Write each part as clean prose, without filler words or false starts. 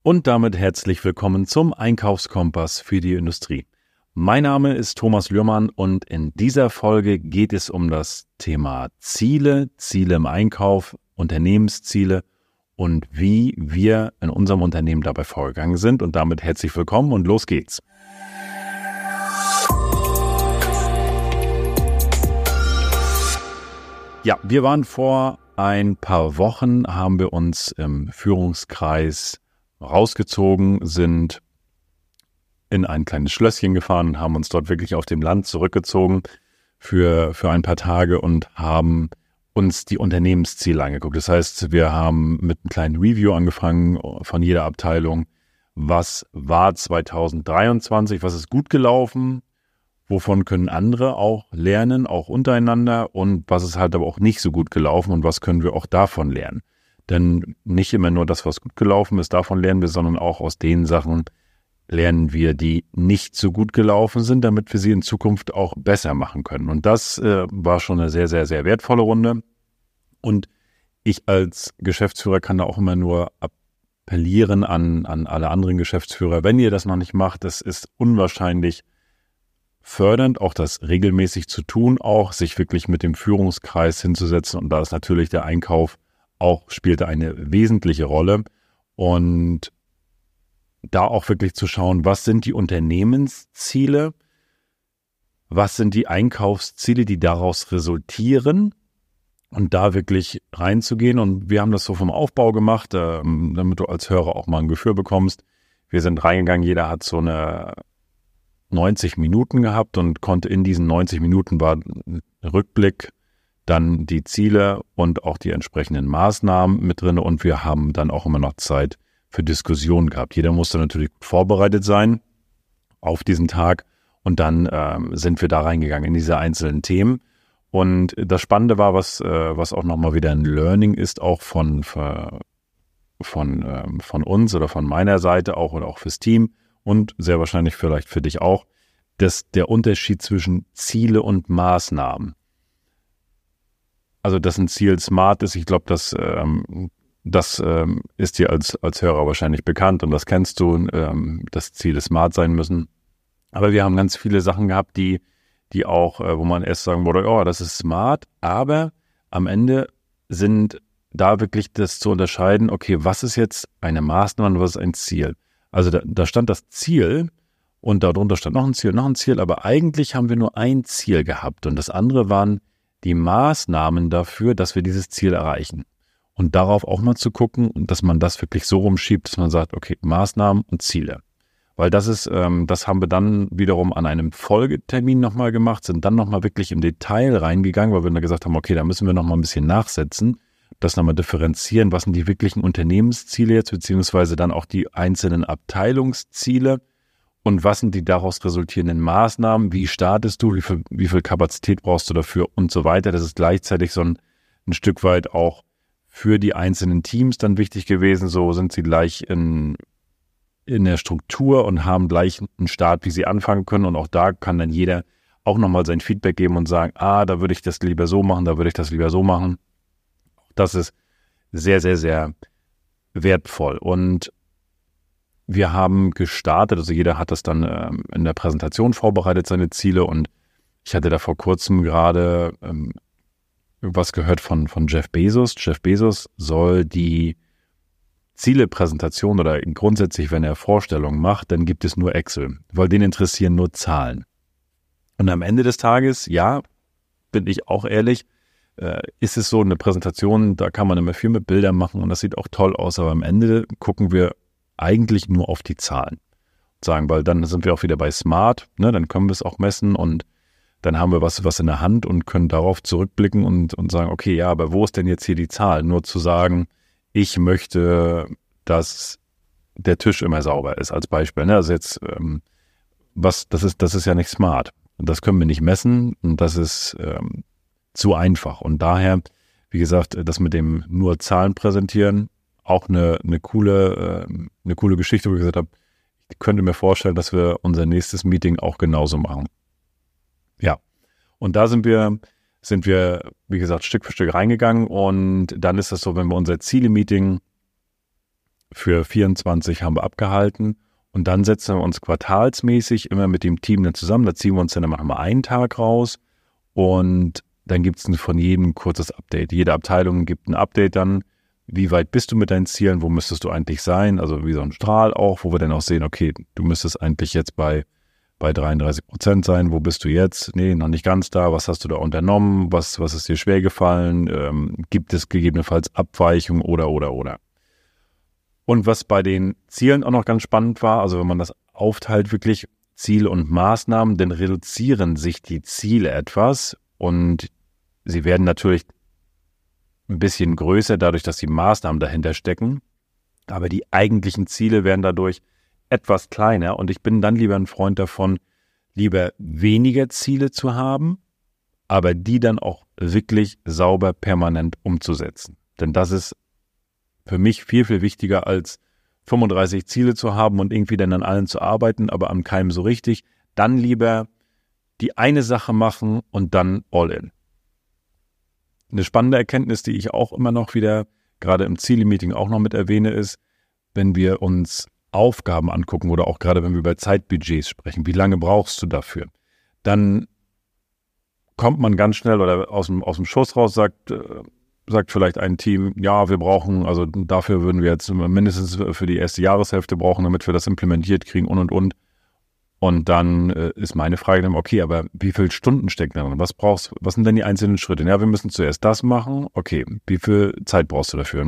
Und damit herzlich willkommen zum Einkaufskompass für die Industrie. Mein Name ist Thomas Lührmann und in dieser Folge geht es um das Thema Ziele im Einkauf, Unternehmensziele und wie wir in unserem Unternehmen dabei vorgegangen sind. Und damit herzlich willkommen und los geht's. Ja, wir waren vor ein paar Wochen, haben wir uns im Führungskreis rausgezogen, sind in ein kleines Schlösschen gefahren und haben uns dort wirklich auf dem Land zurückgezogen für ein paar Tage und haben uns die Unternehmensziele angeguckt. Das heißt, wir haben mit einem kleinen Review angefangen von jeder Abteilung. Was war 2023? Was ist gut gelaufen? Wovon können andere auch lernen, auch untereinander? Und was ist halt aber auch nicht so gut gelaufen und was können wir auch davon lernen? Denn nicht immer nur das, was gut gelaufen ist, davon lernen wir, sondern auch aus den Sachen lernen wir, die nicht so gut gelaufen sind, damit wir sie in Zukunft auch besser machen können. Und das war schon eine sehr, sehr, sehr wertvolle Runde. Und ich als Geschäftsführer kann da auch immer nur appellieren an alle anderen Geschäftsführer, wenn ihr das noch nicht macht, das ist unwahrscheinlich fördernd, auch das regelmäßig zu tun, auch sich wirklich mit dem Führungskreis hinzusetzen. Und da ist natürlich der Einkauf auch spielte eine wesentliche Rolle und da auch wirklich zu schauen, was sind die Unternehmensziele, was sind die Einkaufsziele, die daraus resultieren und da wirklich reinzugehen. Und wir haben das so vom Aufbau gemacht, damit du als Hörer auch mal ein Gefühl bekommst. Wir sind reingegangen, jeder hat so eine 90 Minuten gehabt und konnte in diesen 90 Minuten war ein Rückblick, dann die Ziele und auch die entsprechenden Maßnahmen mit drin und wir haben dann auch immer noch Zeit für Diskussionen gehabt. Jeder musste natürlich gut vorbereitet sein auf diesen Tag und dann sind wir da reingegangen in diese einzelnen Themen. Und das Spannende war, was auch nochmal wieder ein Learning ist, auch von uns oder von meiner Seite auch oder auch fürs Team und sehr wahrscheinlich vielleicht für dich auch, dass der Unterschied zwischen Ziele und Maßnahmen. Also, dass ein Ziel smart ist, ich glaube, das ist dir als Hörer wahrscheinlich bekannt und das kennst du, dass Ziele smart sein müssen. Aber wir haben ganz viele Sachen gehabt, die auch, wo man erst sagen würde, oh, das ist smart, aber am Ende sind da wirklich das zu unterscheiden, okay, was ist jetzt eine Maßnahme und was ist ein Ziel? Also da stand das Ziel und darunter stand noch ein Ziel, aber eigentlich haben wir nur ein Ziel gehabt und das andere waren die Maßnahmen dafür, dass wir dieses Ziel erreichen. Und darauf auch mal zu gucken, dass man das wirklich so rumschiebt, dass man sagt, okay, Maßnahmen und Ziele. Weil das ist, das haben wir dann wiederum an einem Folgetermin nochmal gemacht, sind dann nochmal wirklich im Detail reingegangen, weil wir dann gesagt haben, okay, da müssen wir nochmal ein bisschen nachsetzen, das nochmal differenzieren, was sind die wirklichen Unternehmensziele jetzt, beziehungsweise dann auch die einzelnen Abteilungsziele und was sind die daraus resultierenden Maßnahmen, wie startest du, wie viel Kapazität brauchst du dafür und so weiter. Das ist gleichzeitig so ein Stück weit auch für die einzelnen Teams dann wichtig gewesen. So sind sie gleich in der Struktur und haben gleich einen Start, wie sie anfangen können. Und auch da kann dann jeder auch nochmal sein Feedback geben und sagen, da würde ich das lieber so machen, da würde ich das lieber so machen. Das ist sehr, sehr, sehr wertvoll. Und wir haben gestartet, also jeder hat das dann in der Präsentation vorbereitet, seine Ziele. Und ich hatte da vor kurzem gerade was gehört von Jeff Bezos. Jeff Bezos soll die Zielepräsentation oder grundsätzlich, wenn er Vorstellungen macht, dann gibt es nur Excel, weil den interessieren nur Zahlen. Und am Ende des Tages, ja, bin ich auch ehrlich, ist es so eine Präsentation, da kann man immer viel mit Bildern machen und das sieht auch toll aus, aber am Ende gucken wir eigentlich nur auf die Zahlen. Sagen, weil dann sind wir auch wieder bei Smart, ne, dann können wir es auch messen und dann haben wir was in der Hand und können darauf zurückblicken und sagen, okay, ja, aber wo ist denn jetzt hier die Zahl? Nur zu sagen, ich möchte, dass der Tisch immer sauber ist, als Beispiel. Ne? Also jetzt, das ist ja nicht smart. Und das können wir nicht messen und das ist zu einfach. Und daher, wie gesagt, das mit dem nur Zahlen präsentieren, auch eine coole Geschichte, wo ich gesagt habe, ich könnte mir vorstellen, dass wir unser nächstes Meeting auch genauso machen. Ja, und da sind wir, wie gesagt, Stück für Stück reingegangen und dann ist das so, wenn wir unser Ziele-Meeting für 24 haben wir abgehalten und dann setzen wir uns quartalsmäßig immer mit dem Team dann zusammen. Da ziehen wir uns dann immer mal einen Tag raus und dann gibt es von jedem ein kurzes Update. Jede Abteilung gibt ein Update dann. Wie weit bist du mit deinen Zielen? Wo müsstest du eigentlich sein? Also wie so ein Strahl auch, wo wir dann auch sehen, okay, du müsstest eigentlich jetzt bei 33% sein. Wo bist du jetzt? Nee, noch nicht ganz da. Was hast du da unternommen? Was ist dir schwer gefallen? Gibt es gegebenenfalls Abweichungen oder? Und was bei den Zielen auch noch ganz spannend war, also wenn man das aufteilt wirklich Ziele und Maßnahmen, dann reduzieren sich die Ziele etwas und sie werden natürlich ein bisschen größer, dadurch, dass die Maßnahmen dahinter stecken. Aber die eigentlichen Ziele werden dadurch etwas kleiner. Und ich bin dann lieber ein Freund davon, lieber weniger Ziele zu haben, aber die dann auch wirklich sauber permanent umzusetzen. Denn das ist für mich viel, viel wichtiger, als 35 Ziele zu haben und irgendwie dann an allen zu arbeiten, aber an keinem so richtig. Dann lieber die eine Sache machen und dann all in. Eine spannende Erkenntnis, die ich auch immer noch wieder, gerade im Ziele-Meeting auch noch mit erwähne, ist, wenn wir uns Aufgaben angucken oder auch gerade wenn wir über Zeitbudgets sprechen, wie lange brauchst du dafür? Dann kommt man ganz schnell oder aus dem Schuss raus, sagt vielleicht ein Team, ja, wir brauchen, also dafür würden wir jetzt mindestens für die erste Jahreshälfte brauchen, damit wir das implementiert kriegen und. Und dann ist meine Frage dann, okay, aber wie viele Stunden stecken da drin? Was sind denn die einzelnen Schritte? Ja, wir müssen zuerst das machen. Okay, wie viel Zeit brauchst du dafür?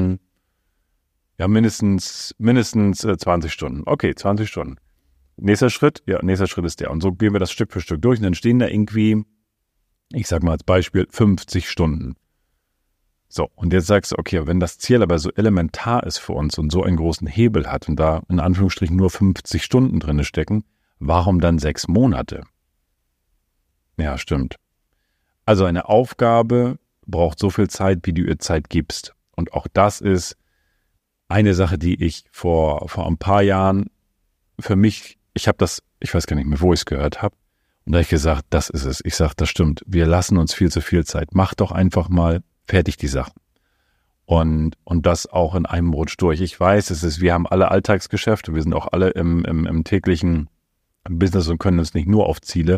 Ja, mindestens 20 Stunden. Okay, 20 Stunden. Nächster Schritt? Ja, nächster Schritt ist der. Und so gehen wir das Stück für Stück durch und dann stehen da irgendwie, ich sag mal als Beispiel, 50 Stunden. So, und jetzt sagst du, okay, wenn das Ziel aber so elementar ist für uns und so einen großen Hebel hat und da in Anführungsstrichen nur 50 Stunden drin stecken, warum dann 6 Monate? Ja, stimmt. Also eine Aufgabe braucht so viel Zeit, wie du ihr Zeit gibst. Und auch das ist eine Sache, die ich vor ein paar Jahren für mich, ich weiß gar nicht mehr, wo ich es gehört habe. Und da habe ich gesagt, das ist es. Ich sage, das stimmt. Wir lassen uns viel zu viel Zeit. Mach doch einfach mal fertig die Sachen. Und das auch in einem Rutsch durch. Ich weiß, wir haben alle Alltagsgeschäfte, wir sind auch alle im täglichen Business und können uns nicht nur auf Ziele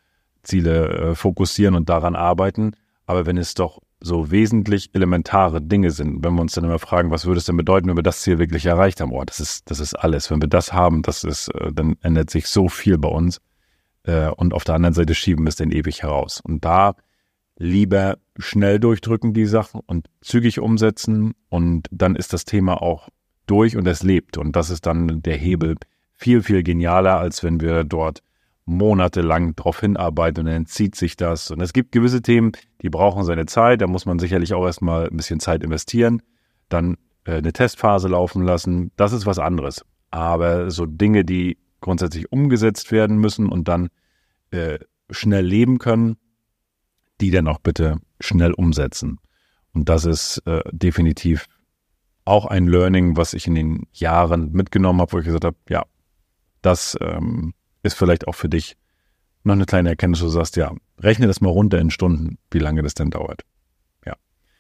fokussieren und daran arbeiten. Aber wenn es doch so wesentlich elementare Dinge sind, wenn wir uns dann immer fragen, was würde es denn bedeuten, wenn wir das Ziel wirklich erreicht haben? Das ist alles. Wenn wir das haben, dann ändert sich so viel bei uns. Und auf der anderen Seite schieben wir es dann ewig heraus. Und da lieber schnell durchdrücken die Sachen und zügig umsetzen und dann ist das Thema auch durch und es lebt. Und das ist dann der Hebel viel, viel genialer, als wenn wir dort monatelang drauf hinarbeiten und dann zieht sich das. Und es gibt gewisse Themen, die brauchen seine Zeit, da muss man sicherlich auch erstmal ein bisschen Zeit investieren, dann eine Testphase laufen lassen, das ist was anderes. Aber so Dinge, die grundsätzlich umgesetzt werden müssen und dann schnell leben können, die dann auch bitte schnell umsetzen. Und das ist definitiv auch ein Learning, was ich in den Jahren mitgenommen habe, wo ich gesagt habe, ja, das ist vielleicht auch für dich noch eine kleine Erkenntnis, wo du sagst, ja, rechne das mal runter in Stunden, wie lange das denn dauert. Ja.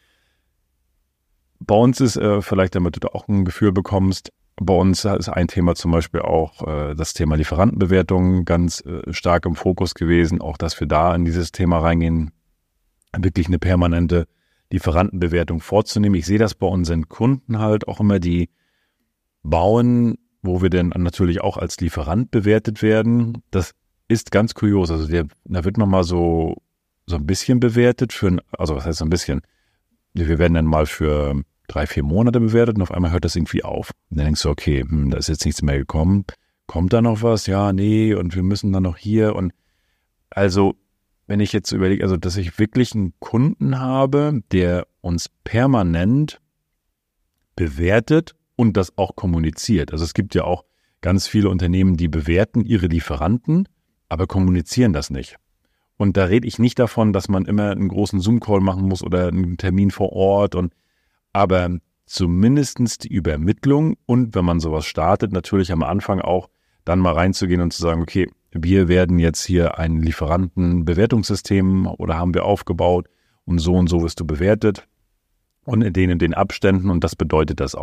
Bei uns ist vielleicht, damit du da auch ein Gefühl bekommst, bei uns ist ein Thema zum Beispiel auch das Thema Lieferantenbewertung ganz stark im Fokus gewesen, auch dass wir da in dieses Thema reingehen, wirklich eine permanente Lieferantenbewertung vorzunehmen. Ich sehe das bei unseren Kunden halt auch immer, die bauen, wo wir dann natürlich auch als Lieferant bewertet werden. Das ist ganz kurios. Also da wird man mal so ein bisschen bewertet also was heißt so ein bisschen? Wir werden dann mal für 3-4 Monate bewertet und auf einmal hört das irgendwie auf. Und dann denkst du, okay, da ist jetzt nichts mehr gekommen. Kommt da noch was? Ja, nee, und wir müssen dann noch hier. Und also, wenn ich jetzt überlege, also dass ich wirklich einen Kunden habe, der uns permanent bewertet und das auch kommuniziert. Also es gibt ja auch ganz viele Unternehmen, die bewerten ihre Lieferanten, aber kommunizieren das nicht. Und da rede ich nicht davon, dass man immer einen großen Zoom-Call machen muss oder einen Termin vor Ort, aber zumindest die Übermittlung und wenn man sowas startet, natürlich am Anfang auch dann mal reinzugehen und zu sagen, okay, wir werden jetzt hier ein Lieferantenbewertungssystem oder haben wir aufgebaut und so wirst du bewertet und in den Abständen und das bedeutet das auch.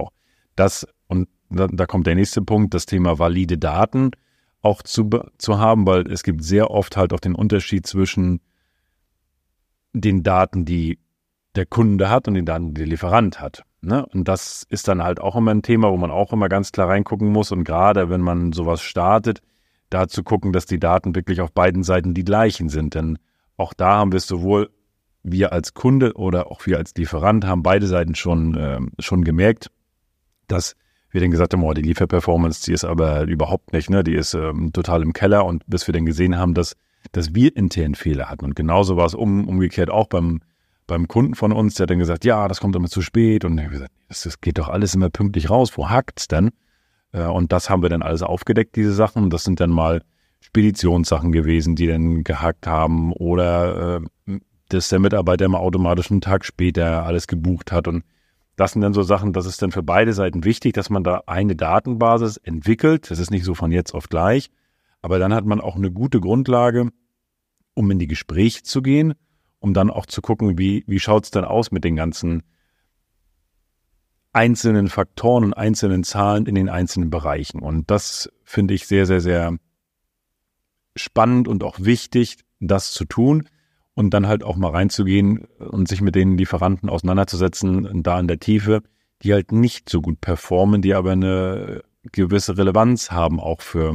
Da kommt der nächste Punkt, das Thema valide Daten auch zu haben, weil es gibt sehr oft halt auch den Unterschied zwischen den Daten, die der Kunde hat und den Daten, die der Lieferant hat. Ne? Und das ist dann halt auch immer ein Thema, wo man auch immer ganz klar reingucken muss. Und gerade wenn man sowas startet, da zu gucken, dass die Daten wirklich auf beiden Seiten die gleichen sind. Denn auch da haben wir sowohl wir als Kunde oder auch wir als Lieferant haben beide Seiten schon gemerkt, dass wir dann gesagt haben, die Lieferperformance, die ist aber überhaupt nicht, ne? Die ist total im Keller. Und bis wir dann gesehen haben, dass wir intern Fehler hatten. Und genauso war es umgekehrt auch beim Kunden von uns, der hat dann gesagt, ja, das kommt immer zu spät. Und ich habe gesagt, das geht doch alles immer pünktlich raus. Wo hakt's denn? Und das haben wir dann alles aufgedeckt, diese Sachen. Das sind dann mal Speditionssachen gewesen, die dann gehackt haben. Oder dass der Mitarbeiter immer automatisch einen Tag später alles gebucht hat. Und das sind dann so Sachen, das ist dann für beide Seiten wichtig, dass man da eine Datenbasis entwickelt. Das ist nicht so von jetzt auf gleich. Aber dann hat man auch eine gute Grundlage, um in die Gespräche zu gehen, um dann auch zu gucken, wie schaut es denn aus mit den ganzen einzelnen Faktoren und einzelnen Zahlen in den einzelnen Bereichen. Und das finde ich sehr, sehr, sehr spannend und auch wichtig, das zu tun und dann halt auch mal reinzugehen und sich mit den Lieferanten auseinanderzusetzen, da in der Tiefe, die halt nicht so gut performen, die aber eine gewisse Relevanz haben, auch für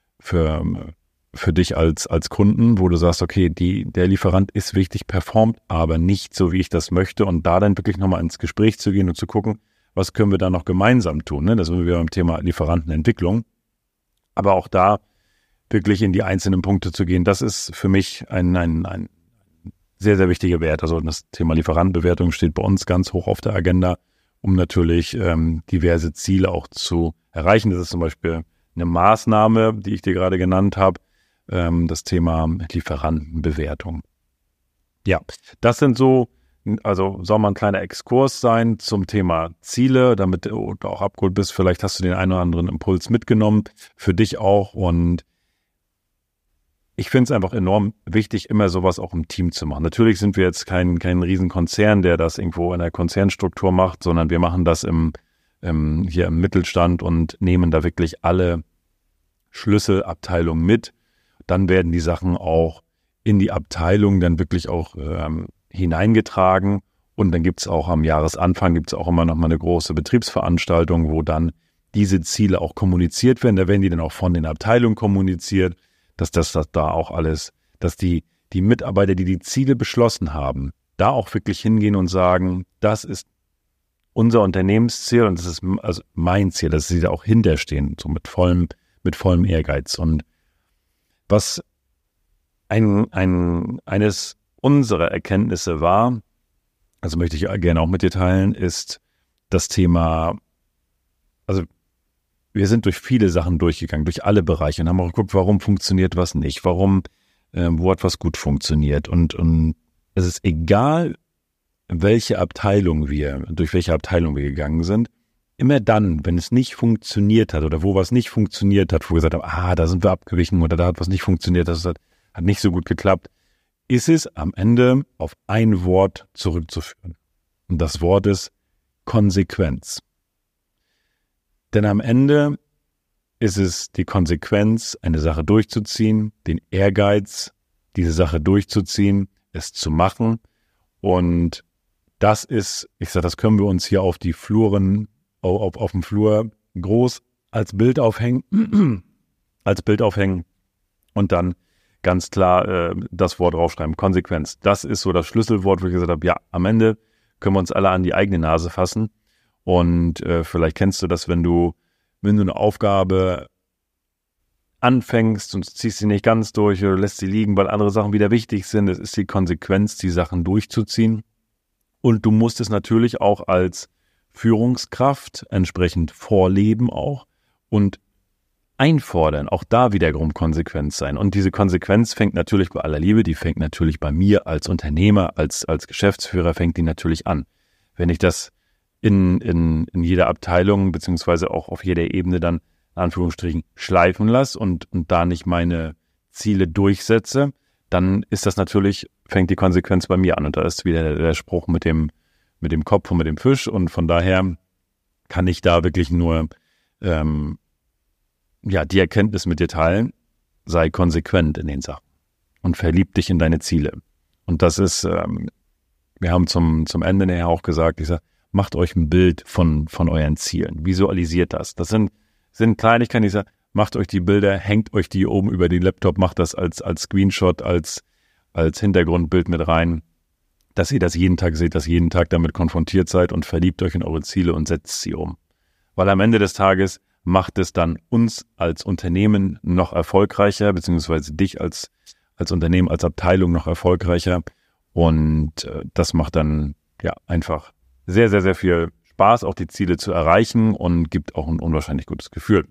dich als Kunden, wo du sagst, okay, der Lieferant ist wichtig, performt, aber nicht so, wie ich das möchte. Und da dann wirklich nochmal ins Gespräch zu gehen und zu gucken, was können wir da noch gemeinsam tun. Ne? Da sind wir wieder beim Thema Lieferantenentwicklung. Aber auch da wirklich in die einzelnen Punkte zu gehen, das ist für mich ein sehr, sehr wichtiger Wert. Also das Thema Lieferantenbewertung steht bei uns ganz hoch auf der Agenda, um natürlich diverse Ziele auch zu erreichen. Das ist zum Beispiel eine Maßnahme, die ich dir gerade genannt habe, das Thema Lieferantenbewertung. Ja, das sind soll mal ein kleiner Exkurs sein zum Thema Ziele, damit du auch abgeholt bist. Vielleicht hast du den einen oder anderen Impuls mitgenommen, für dich auch. Und ich finde es einfach enorm wichtig, immer sowas auch im Team zu machen. Natürlich sind wir jetzt kein Riesenkonzern, der das irgendwo in der Konzernstruktur macht, sondern wir machen das hier im Mittelstand und nehmen da wirklich alle Schlüsselabteilungen mit. Dann werden die Sachen auch in die Abteilung dann wirklich auch hineingetragen. Und dann gibt es auch am Jahresanfang auch immer noch mal eine große Betriebsveranstaltung, wo dann diese Ziele auch kommuniziert werden. Da werden die dann auch von den Abteilungen kommuniziert, dass das da auch alles, dass die Mitarbeiter, die Ziele beschlossen haben, da auch wirklich hingehen und sagen, das ist unser Unternehmensziel und das ist also mein Ziel, dass sie da auch hinterstehen, so mit vollem Ehrgeiz. Und was eines unserer Erkenntnisse war, also möchte ich gerne auch mit dir teilen, ist das Thema, also wir sind durch viele Sachen durchgegangen, durch alle Bereiche und haben auch geguckt, warum funktioniert was nicht, wo hat was gut funktioniert. Und es ist egal, durch welche Abteilung wir gegangen sind, immer dann, wenn es nicht funktioniert hat oder wo was nicht funktioniert hat, wo wir gesagt haben, da sind wir abgewichen oder da hat was nicht funktioniert, das hat nicht so gut geklappt, ist es am Ende auf ein Wort zurückzuführen. Und das Wort ist Konsequenz. Denn am Ende ist es die Konsequenz, eine Sache durchzuziehen, den Ehrgeiz, diese Sache durchzuziehen, es zu machen. Und das ist, das können wir uns hier auf die Fluren, auf dem Flur groß als Bild aufhängen und dann ganz klar das Wort draufschreiben, Konsequenz. Das ist so das Schlüsselwort, wo ich gesagt habe, ja, am Ende können wir uns alle an die eigene Nase fassen. Und vielleicht kennst du das, wenn du eine Aufgabe anfängst und ziehst sie nicht ganz durch oder lässt sie liegen, weil andere Sachen wieder wichtig sind. Es ist die Konsequenz, die Sachen durchzuziehen. Und du musst es natürlich auch als Führungskraft entsprechend vorleben auch und einfordern. Auch da wiederum Konsequenz sein. Und diese Konsequenz fängt natürlich bei aller Liebe, die fängt natürlich bei mir als Unternehmer, als Geschäftsführer fängt die natürlich an. Wenn ich das in jeder Abteilung beziehungsweise auch auf jeder Ebene dann in Anführungsstrichen schleifen lasse und da nicht meine Ziele durchsetze, dann ist das natürlich, fängt die Konsequenz bei mir an. Und da ist wieder der Spruch mit dem Kopf und mit dem Fisch. Und von daher kann ich da wirklich nur die Erkenntnis mit dir teilen: Sei konsequent in den Sachen und verlieb dich in deine Ziele. Und das ist, wir haben zum Ende nachher auch gesagt, ich sage, macht euch ein Bild von euren Zielen, visualisiert das. Das sind Kleinigkeiten, ich sage, macht euch die Bilder, hängt euch die oben über den Laptop, macht das als Screenshot, als Hintergrundbild mit rein, dass ihr das jeden Tag seht, dass ihr jeden Tag damit konfrontiert seid, und verliebt euch in eure Ziele und setzt sie um. Weil am Ende des Tages macht es dann uns als Unternehmen noch erfolgreicher, beziehungsweise dich als Unternehmen, als Abteilung noch erfolgreicher. Und das macht dann einfach sehr, sehr, sehr viel Spaß, auch die Ziele zu erreichen, und gibt auch ein unwahrscheinlich gutes Gefühl.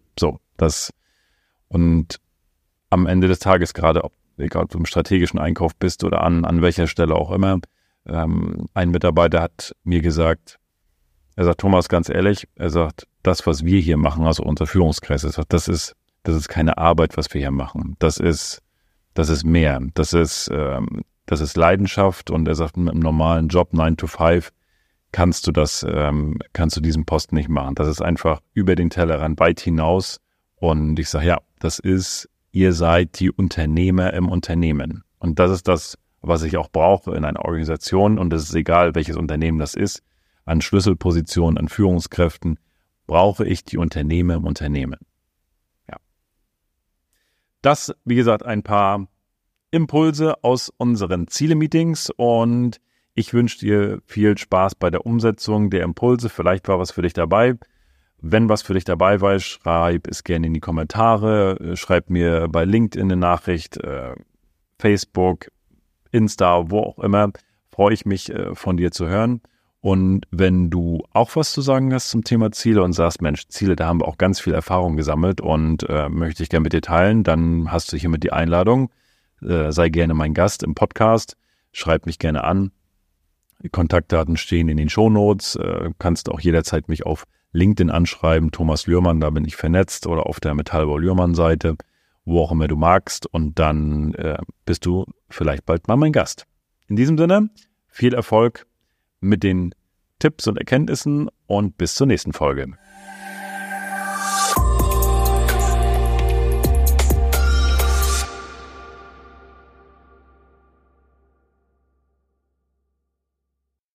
Und am Ende des Tages, egal ob du im strategischen Einkauf bist oder an welcher Stelle auch immer, ein Mitarbeiter hat mir gesagt, er sagt: Thomas, ganz ehrlich, er sagt, das, was wir hier machen, also unser Führungskreis, er sagt, das ist keine Arbeit, was wir hier machen. Das ist mehr. Das ist Leidenschaft, und er sagt, mit einem normalen Job 9 to 5 kannst du diesen Posten nicht machen. Das ist einfach über den Tellerrand weit hinaus. Und ich sage, ihr seid die Unternehmer im Unternehmen. Und das ist das, was ich auch brauche in einer Organisation. Und es ist egal, welches Unternehmen das ist. An Schlüsselpositionen, an Führungskräften brauche ich die Unternehmer im Unternehmen. Ja. Das, wie gesagt, ein paar Impulse aus unseren Ziele-Meetings, und ich wünsche dir viel Spaß bei der Umsetzung der Impulse. Vielleicht war was für dich dabei. Wenn was für dich dabei war, schreib es gerne in die Kommentare, schreib mir bei LinkedIn eine Nachricht, Facebook, Insta, wo auch immer. Freue ich mich, von dir zu hören. Und wenn du auch was zu sagen hast zum Thema Ziele und sagst, Mensch, Ziele, da haben wir auch ganz viel Erfahrung gesammelt und möchte ich gerne mit dir teilen, dann hast du hiermit die Einladung. Sei gerne mein Gast im Podcast, schreib mich gerne an. Die Kontaktdaten stehen in den Shownotes. Kannst auch jederzeit mich auf LinkedIn anschreiben, Thomas Lührmann, da bin ich vernetzt, oder auf der Metallbau Lührmann Seite, wo auch immer du magst, und dann bist du vielleicht bald mal mein Gast. In diesem Sinne, viel Erfolg mit den Tipps und Erkenntnissen und bis zur nächsten Folge.